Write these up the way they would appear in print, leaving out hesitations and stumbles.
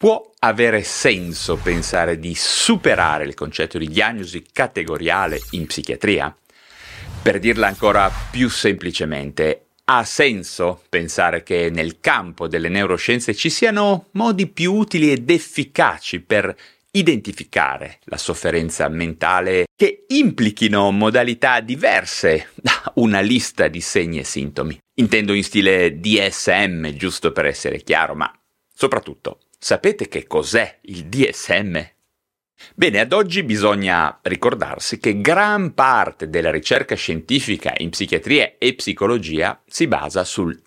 Può avere senso pensare di superare il concetto di diagnosi categoriale in psichiatria? Per dirla ancora più semplicemente, ha senso pensare che nel campo delle neuroscienze ci siano modi più utili ed efficaci per identificare la sofferenza mentale che implichino modalità diverse da una lista di segni e sintomi? Intendo in stile DSM, giusto per essere chiaro, ma soprattutto, sapete che cos'è il DSM? Bene, ad oggi bisogna ricordarsi che gran parte della ricerca scientifica in psichiatria e psicologia si basa sul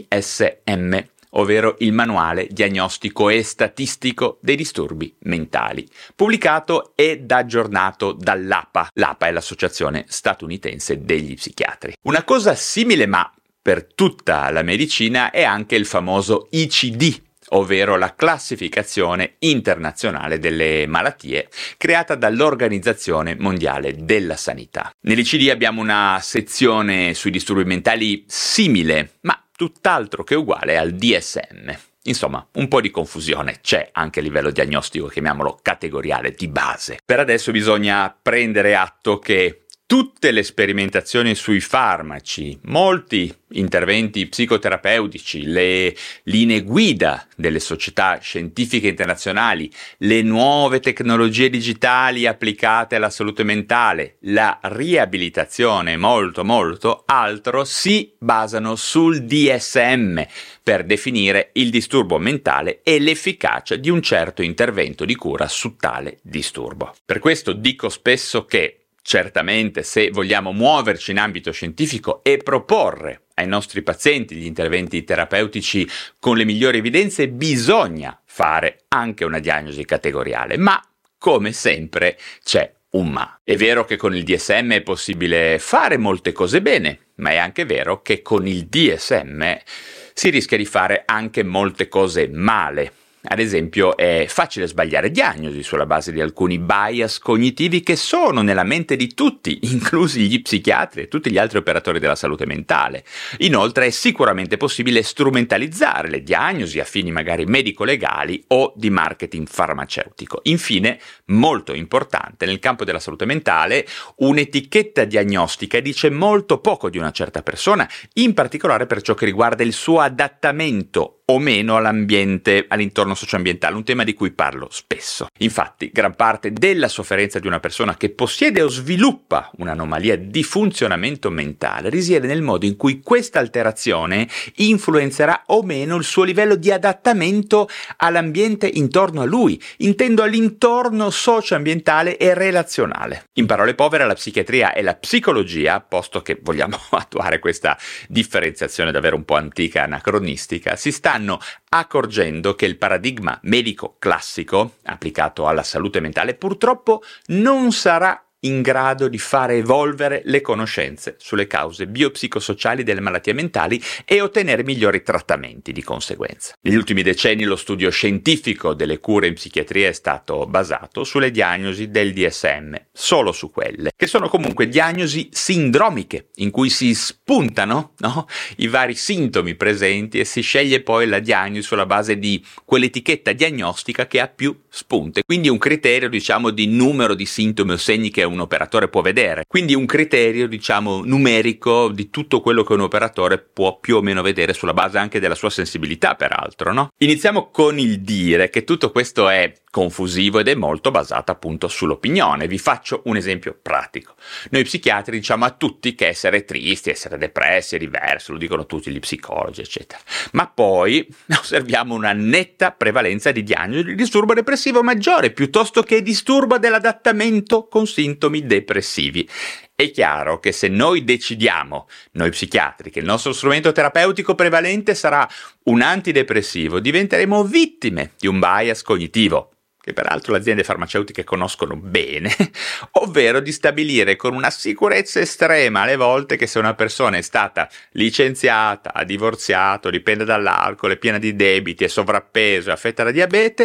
DSM, ovvero il Manuale Diagnostico e Statistico dei Disturbi Mentali, pubblicato ed aggiornato dall'APA. L'APA è l'Associazione Statunitense degli Psichiatri. Una cosa simile, ma per tutta la medicina, è anche il famoso ICD, ovvero la classificazione internazionale delle malattie creata dall'Organizzazione Mondiale della Sanità. Nell'ICD abbiamo una sezione sui disturbi mentali simile, ma tutt'altro che uguale al DSM. Insomma, un po' di confusione c'è anche a livello diagnostico, chiamiamolo categoriale di base. Per adesso bisogna prendere atto che tutte le sperimentazioni sui farmaci, molti interventi psicoterapeutici, le linee guida delle società scientifiche internazionali, le nuove tecnologie digitali applicate alla salute mentale, la riabilitazione e molto altro si basano sul DSM per definire il disturbo mentale e l'efficacia di un certo intervento di cura su tale disturbo. Per questo dico spesso che certamente, se vogliamo muoverci in ambito scientifico e proporre ai nostri pazienti gli interventi terapeutici con le migliori evidenze, bisogna fare anche una diagnosi categoriale, ma come sempre c'è un ma. È vero che con il DSM è possibile fare molte cose bene, ma è anche vero che con il DSM si rischia di fare anche molte cose male. Ad esempio, è facile sbagliare diagnosi sulla base di alcuni bias cognitivi che sono nella mente di tutti, inclusi gli psichiatri e tutti gli altri operatori della salute mentale. Inoltre, è sicuramente possibile strumentalizzare le diagnosi a fini magari medico-legali o di marketing farmaceutico. Infine, molto importante, nel campo della salute mentale, un'etichetta diagnostica dice molto poco di una certa persona, in particolare per ciò che riguarda il suo adattamento o meno all'ambiente, all'intorno socioambientale, un tema di cui parlo spesso. Infatti, gran parte della sofferenza di una persona che possiede o sviluppa un'anomalia di funzionamento mentale risiede nel modo in cui questa alterazione influenzerà o meno il suo livello di adattamento all'ambiente intorno a lui, intendo all'intorno socioambientale e relazionale. In parole povere, la psichiatria e la psicologia, posto che vogliamo attuare questa differenziazione davvero un po' antica e anacronistica, si stanno accorgendo che il paradigma medico classico applicato alla salute mentale purtroppo non sarà in grado di fare evolvere le conoscenze sulle cause biopsicosociali delle malattie mentali e ottenere migliori trattamenti di conseguenza. Negli ultimi decenni lo studio scientifico delle cure in psichiatria è stato basato sulle diagnosi del DSM, solo su quelle, che sono comunque diagnosi sindromiche, in cui si spuntano, i vari sintomi presenti e si sceglie poi la diagnosi sulla base di quell'etichetta diagnostica che ha più spunte. Quindi un criterio, di numero di sintomi o segni che un operatore può vedere, quindi un criterio numerico di tutto quello che un operatore può più o meno vedere sulla base anche della sua sensibilità, peraltro, no? Iniziamo con il dire che tutto questo è confusivo ed è molto basato appunto sull'opinione. Vi faccio un esempio pratico. Noi psichiatri diciamo a tutti che essere tristi, essere depressi è diverso, lo dicono tutti gli psicologi, eccetera. Ma poi osserviamo una netta prevalenza di diagnosi di disturbo depressivo maggiore piuttosto che disturbo dell'adattamento con sintomi depressivi. È chiaro che se noi decidiamo, noi psichiatri, che il nostro strumento terapeutico prevalente sarà un antidepressivo, diventeremo vittime di un bias cognitivo, che peraltro le aziende farmaceutiche conoscono bene, ovvero di stabilire con una sicurezza estrema alle volte che se una persona è stata licenziata, ha divorziato, dipende dall'alcol, è piena di debiti, è sovrappeso, è affetta da diabete,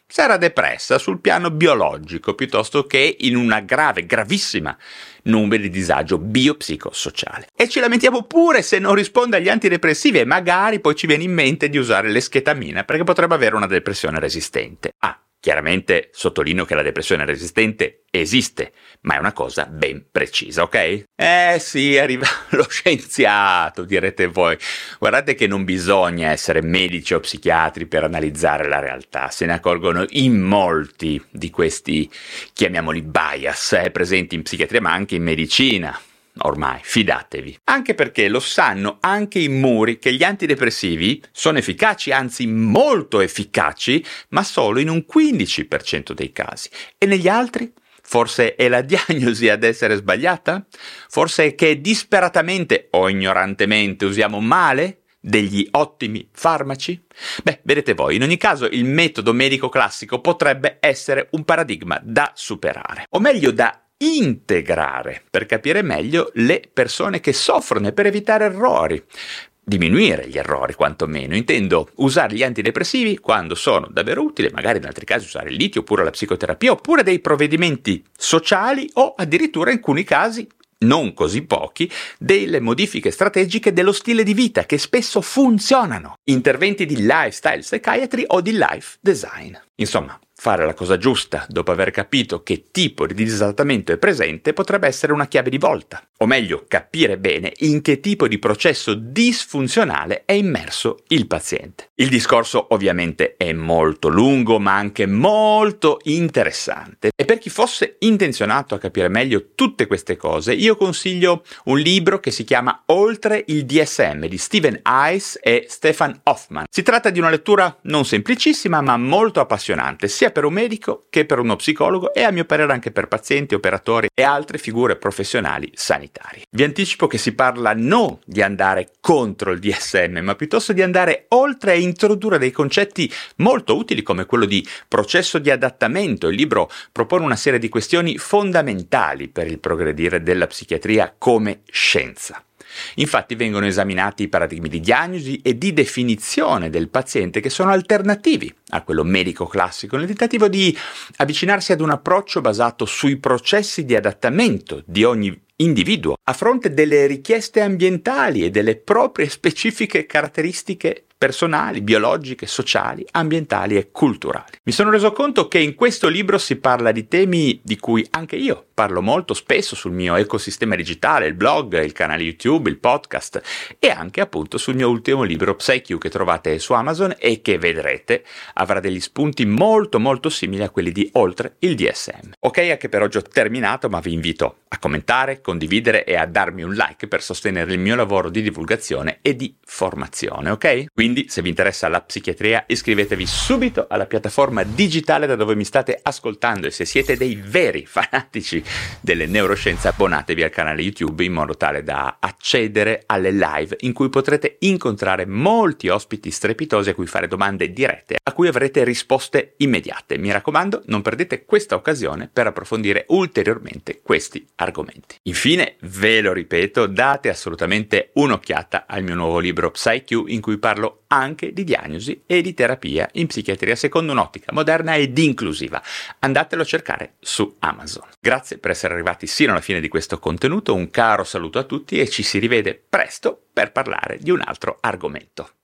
se era depressa sul piano biologico piuttosto che in una gravissima nube di disagio biopsicosociale. E ci lamentiamo pure se non risponde agli antidepressivi e magari poi ci viene in mente di usare l'eschetamina perché potrebbe avere una depressione resistente. Chiaramente sottolineo che la depressione resistente esiste, ma è una cosa ben precisa, ok? Sì, arriva lo scienziato, direte voi. Guardate che non bisogna essere medici o psichiatri per analizzare la realtà. Se ne accorgono in molti di questi, chiamiamoli bias, presenti in psichiatria ma anche in medicina. Ormai, fidatevi. Anche perché lo sanno anche i muri che gli antidepressivi sono efficaci, anzi molto efficaci, ma solo in un 15% dei casi. E negli altri? Forse è la diagnosi ad essere sbagliata? Forse è che disperatamente o ignorantemente usiamo male degli ottimi farmaci? Vedete voi, in ogni caso il metodo medico classico potrebbe essere un paradigma da superare. O meglio da integrare per capire meglio le persone che soffrono e per evitare errori. Diminuire gli errori quantomeno, intendo usare gli antidepressivi quando sono davvero utili, magari in altri casi usare il litio oppure la psicoterapia oppure dei provvedimenti sociali o addirittura in alcuni casi, non così pochi, delle modifiche strategiche dello stile di vita che spesso funzionano, interventi di lifestyle psychiatry o di life design. Insomma, fare la cosa giusta dopo aver capito che tipo di disadattamento è presente potrebbe essere una chiave di volta. O meglio, capire bene in che tipo di processo disfunzionale è immerso il paziente. Il discorso ovviamente è molto lungo ma anche molto interessante. E per chi fosse intenzionato a capire meglio tutte queste cose, io consiglio un libro che si chiama Oltre il DSM di Steven Hayes e Stefan Hoffman. Si tratta di una lettura non semplicissima ma molto appassionante, sia per un medico che per uno psicologo e a mio parere anche per pazienti, operatori e altre figure professionali sanitarie. Vi anticipo che si parla non di andare contro il DSM, ma piuttosto di andare oltre e introdurre dei concetti molto utili come quello di processo di adattamento. Il libro propone una serie di questioni fondamentali per il progredire della psichiatria come scienza. Infatti vengono esaminati i paradigmi di diagnosi e di definizione del paziente che sono alternativi a quello medico classico nel tentativo di avvicinarsi ad un approccio basato sui processi di adattamento di ogni individuo a fronte delle richieste ambientali e delle proprie specifiche caratteristiche personali, biologiche, sociali, ambientali e culturali. Mi sono reso conto che in questo libro si parla di temi di cui anche io parlo molto spesso sul mio ecosistema digitale, il blog, il canale YouTube, il podcast e anche appunto sul mio ultimo libro PsyQ che trovate su Amazon e che vedrete avrà degli spunti molto simili a quelli di Oltre il DSM. Ok, anche per oggi ho terminato, ma vi invito a commentare, condividere e a darmi un like per sostenere il mio lavoro di divulgazione e di formazione, ok? Quindi, se vi interessa la psichiatria, iscrivetevi subito alla piattaforma digitale da dove mi state ascoltando e se siete dei veri fanatici delle neuroscienze, abbonatevi al canale YouTube in modo tale da accedere alle live in cui potrete incontrare molti ospiti strepitosi a cui fare domande dirette, a cui avrete risposte immediate. Mi raccomando, non perdete questa occasione per approfondire ulteriormente questi argomenti. Infine, ve lo ripeto, date assolutamente un'occhiata al mio nuovo libro PsyQ in cui parlo anche di diagnosi e di terapia in psichiatria secondo un'ottica moderna ed inclusiva. Andatelo a cercare su Amazon. Grazie per essere arrivati sino alla fine di questo contenuto, un caro saluto a tutti e ci si rivede presto per parlare di un altro argomento.